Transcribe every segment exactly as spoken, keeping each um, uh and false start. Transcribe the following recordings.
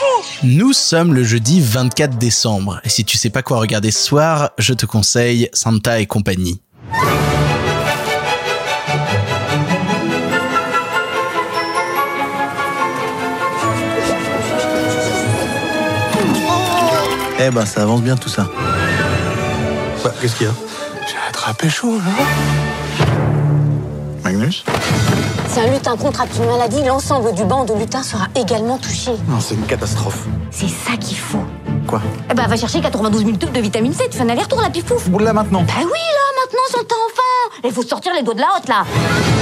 Nous sommes le jeudi vingt-quatre décembre, et si tu sais pas quoi regarder ce soir, je te conseille Santa et compagnie. Eh ben, ça avance bien tout ça. Bah, qu'est-ce qu'il y a? J'ai attrapé chaud, là. Magnus? Si un lutin contracte une maladie, l'ensemble du banc de lutins sera également touché. Non, c'est une catastrophe. C'est ça qu'il faut. Quoi? Eh ben, va chercher quatre-vingt-douze mille tubes de vitamine C, tu fais un aller-retour, la pifouf. Ou là maintenant? Bah oui, là, maintenant, son temps enfant. Il faut sortir les doigts de la hotte, là.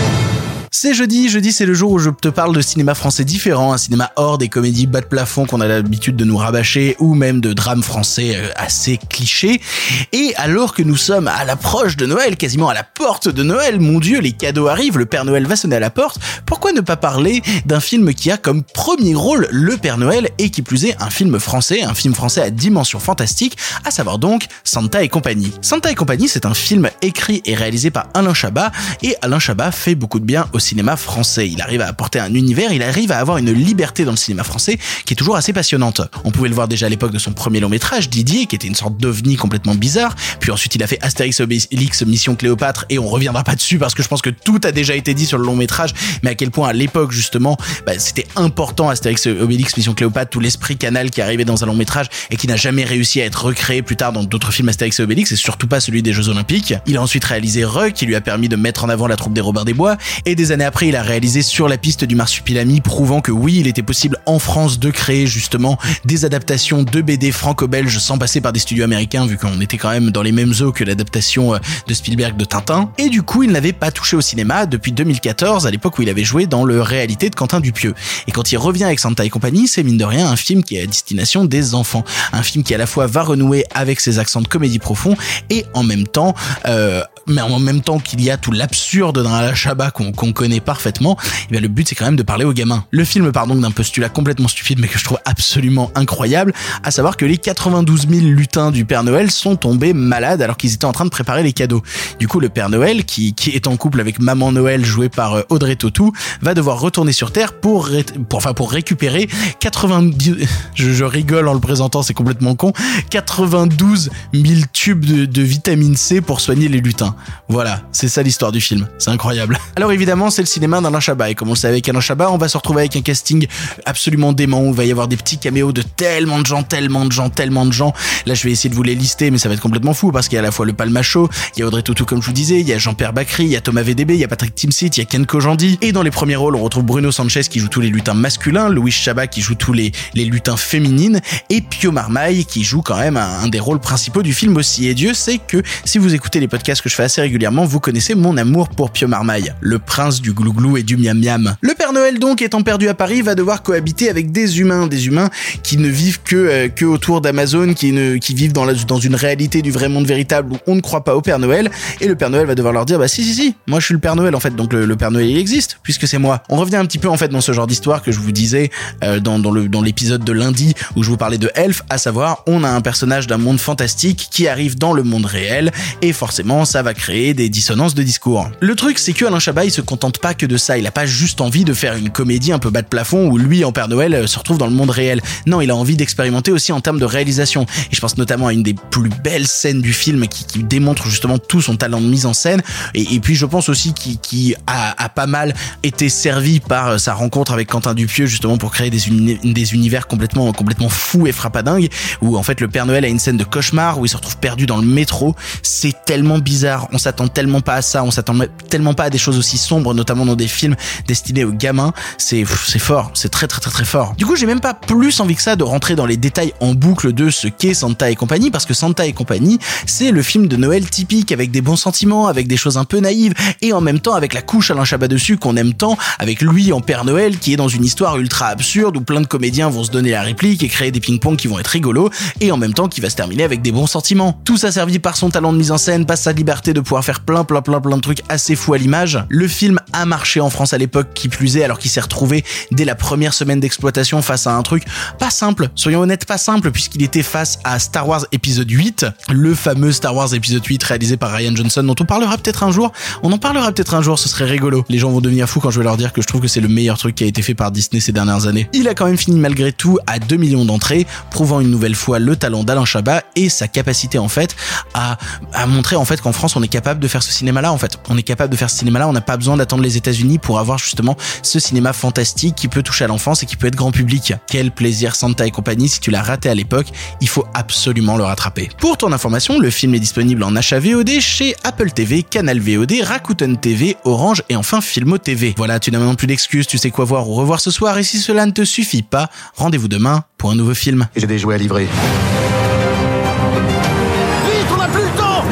C'est jeudi, jeudi c'est le jour où je te parle de cinéma français différent, un cinéma hors des comédies bas de plafond qu'on a l'habitude de nous rabâcher, ou même de drames français assez clichés. Et alors que nous sommes à l'approche de Noël, quasiment à la porte de Noël, mon Dieu, les cadeaux arrivent, le Père Noël va sonner à la porte, pourquoi ne pas parler d'un film qui a comme premier rôle le Père Noël, et qui plus est un film français, un film français à dimension fantastique, à savoir donc Santa et compagnie. Santa et compagnie, c'est un film écrit et réalisé par Alain Chabat, et Alain Chabat fait beaucoup de bien au cinéma français. Il arrive à apporter un univers, il arrive à avoir une liberté dans le cinéma français qui est toujours assez passionnante. On pouvait le voir déjà à l'époque de son premier long métrage, Didier, qui était une sorte d'ovni complètement bizarre, puis ensuite il a fait Astérix et Obélix Mission Cléopâtre, et on reviendra pas dessus parce que je pense que tout a déjà été dit sur le long métrage, mais à quel point à l'époque justement, bah, c'était important Astérix et Obélix Mission Cléopâtre, tout l'esprit canal qui arrivait dans un long métrage et qui n'a jamais réussi à être recréé plus tard dans d'autres films Astérix et Obélix, et surtout pas celui des Jeux Olympiques. Il a ensuite réalisé Re, qui lui a permis de mettre en avant la troupe des Robert des Bois, et des années après il a réalisé Sur la piste du marsupilami, prouvant que oui, il était possible en France de créer justement des adaptations de B D franco-belges sans passer par des studios américains, vu qu'on était quand même dans les mêmes eaux que l'adaptation de Spielberg de Tintin. Et du coup, il n'avait pas touché au cinéma depuis deux mille quatorze, à l'époque où il avait joué dans le Réalité de Quentin Dupieux. Et quand il revient avec Santa et compagnie, c'est mine de rien un film qui est à destination des enfants. Un film qui à la fois va renouer avec ses accents de comédie profond, et en même temps, euh, mais en même temps qu'il y a tout l'absurde dans Alain Chabat qu'on, qu'on connaît parfaitement, et bien le but c'est quand même de parler aux gamins. Le film part donc d'un postulat complètement stupide mais que je trouve absolument incroyable, à savoir que les quatre-vingt-douze mille lutins du Père Noël sont tombés malades alors qu'ils étaient en train de préparer les cadeaux. Du coup le Père Noël, qui, qui est en couple avec Maman Noël jouée par Audrey Tautou, va devoir retourner sur Terre pour, ré, pour, enfin, pour récupérer quatre-vingt-dix, je, je rigole en le présentant, c'est complètement con, quatre-vingt-douze mille tubes de, de vitamine C pour soigner les lutins. Voilà, c'est ça l'histoire du film, c'est incroyable. Alors évidemment c'est le cinéma d'Alain Chabat, et comme on le savait avec Alain Chabat, on va se retrouver avec un casting absolument dément, où il va y avoir des petits caméos de tellement de gens, tellement de gens, tellement de gens. Là je vais essayer de vous les lister, mais ça va être complètement fou, parce qu'il y a à la fois le Palmacho, il y a Audrey Tautou comme je vous disais, il y a Jean-Pierre Bacry, il y a Thomas V D B, il y a Patrick Timsit, il y a Ken Kojandi, et dans les premiers rôles on retrouve Bruno Sanchez qui joue tous les lutins masculins, Louis Chabat qui joue tous les, les lutins féminines, et Pio Marmaille qui joue quand même un, un des rôles principaux du film aussi. Et Dieu sait que si vous écoutez les podcasts que je fais assez régulièrement, vous connaissez mon amour pour Pio Marmaille, le prince du glouglou et du miam miam. Le Père Noël donc, étant perdu à Paris, va devoir cohabiter avec des humains, des humains qui ne vivent que euh, que autour d'Amazon, qui ne qui vivent dans la, dans une réalité du vrai monde véritable où on ne croit pas au Père Noël, et le Père Noël va devoir leur dire bah si si si, moi je suis le Père Noël en fait, donc le, le Père Noël il existe puisque c'est moi. On revient un petit peu en fait dans ce genre d'histoire que je vous disais euh, dans dans le dans l'épisode de lundi où je vous parlais de Elf, à savoir on a un personnage d'un monde fantastique qui arrive dans le monde réel, et forcément ça va créer des dissonances de discours. Le truc c'est que Alain Chabat il se contente pas que de ça, il a pas juste envie de faire une comédie un peu bas de plafond où lui en Père Noël se retrouve dans le monde réel. Non, il a envie d'expérimenter aussi en termes de réalisation, et je pense notamment à une des plus belles scènes du film qui, qui démontre justement tout son talent de mise en scène, et, et puis je pense aussi qu'il qui a, a pas mal été servi par sa rencontre avec Quentin Dupieux justement pour créer des, uni- des univers complètement complètement fous et frappadingues, où en fait le Père Noël a une scène de cauchemar où il se retrouve perdu dans le métro. C'est tellement bizarre, on s'attend tellement pas à ça, on s'attend tellement pas à des choses aussi sombres, notamment dans des films destinés aux gamins. C'est c'est fort, c'est très très très très fort. Du coup j'ai même pas plus envie que ça de rentrer dans les détails en boucle de ce qu'est Santa et compagnie, parce que Santa et compagnie c'est le film de Noël typique, avec des bons sentiments, avec des choses un peu naïves, et en même temps avec la couche Alain Chabat dessus qu'on aime tant, avec lui en Père Noël qui est dans une histoire ultra absurde où plein de comédiens vont se donner la réplique et créer des ping-pong qui vont être rigolos, et en même temps qui va se terminer avec des bons sentiments. Tout ça servi par son talent de mise en scène, par sa liberté possibilité de pouvoir faire plein plein plein plein de trucs assez fous à l'image. Le film a marché en France à l'époque, qui plus est, alors qu'il s'est retrouvé dès la première semaine d'exploitation face à un truc pas simple, soyons honnêtes, pas simple, puisqu'il était face à Star Wars épisode huit, le fameux Star Wars épisode huit réalisé par Rian Johnson, dont on parlera peut-être un jour, on en parlera peut-être un jour, ce serait rigolo. Les gens vont devenir fous quand je vais leur dire que je trouve que c'est le meilleur truc qui a été fait par Disney ces dernières années. Il a quand même fini malgré tout à deux millions d'entrées, prouvant une nouvelle fois le talent d'Alain Chabat et sa capacité en fait à, à montrer en fait qu'en France on est capable de faire ce cinéma-là en fait. On est capable de faire ce cinéma-là, on n'a pas besoin d'attendre les États-Unis pour avoir justement ce cinéma fantastique qui peut toucher à l'enfance et qui peut être grand public. Quel plaisir Santa et compagnie, si tu l'as raté à l'époque, il faut absolument le rattraper. Pour ton information, le film est disponible en achat V O D chez Apple T V, Canal V O D, Rakuten T V, Orange et enfin Filmo T V. Voilà, tu n'as maintenant plus d'excuses, tu sais quoi voir ou revoir ce soir, et si cela ne te suffit pas, rendez-vous demain pour un nouveau film. J'ai des jouets à livrer. Vite, on n'a plus le temps.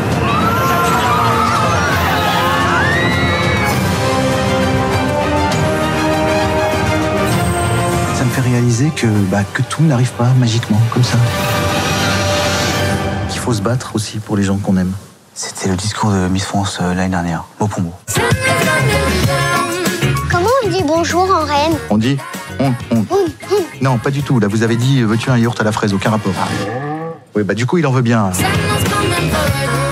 Ça me fait réaliser que, bah, que tout n'arrive pas magiquement, comme ça. Qu'il faut se battre aussi pour les gens qu'on aime. C'était le discours de Miss France euh, l'année dernière, mot pour mot. Comment on dit bonjour en reine? On dit on, on. Non, pas du tout. Là, vous avez dit, veux-tu un yaourt à la fraise? Aucun rapport. Oui, bah du coup, il en veut bien.